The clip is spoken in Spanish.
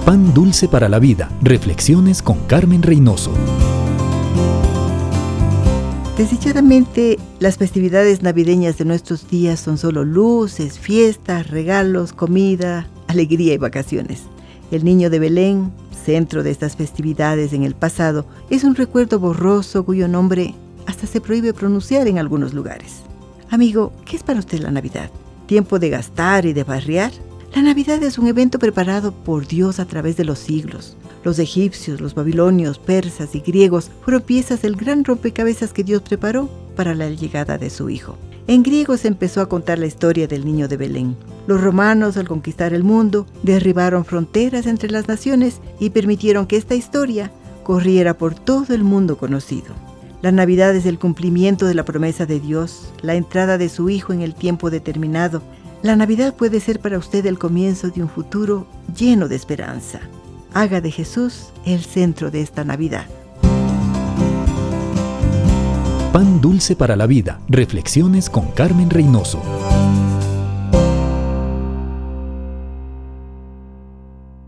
Pan dulce para la vida. Reflexiones con Carmen Reynoso. Desdichadamente, las festividades navideñas de nuestros días son solo luces, fiestas, regalos, comida, alegría y vacaciones. El niño de Belén, centro de estas festividades en el pasado, es un recuerdo borroso cuyo nombre hasta se prohíbe pronunciar en algunos lugares. Amigo, ¿qué es para usted la Navidad? ¿Tiempo de gastar y de farrear? La Navidad es un evento preparado por Dios a través de los siglos. Los egipcios, los babilonios, persas y griegos fueron piezas del gran rompecabezas que Dios preparó para la llegada de su Hijo. En griego se empezó a contar la historia del niño de Belén. Los romanos, al conquistar el mundo, derribaron fronteras entre las naciones y permitieron que esta historia corriera por todo el mundo conocido. La Navidad es el cumplimiento de la promesa de Dios, la entrada de su Hijo en el tiempo determinado. La Navidad puede ser para usted el comienzo de un futuro lleno de esperanza. Haga de Jesús el centro de esta Navidad. Pan dulce para la vida. Reflexiones con Carmen Reynoso.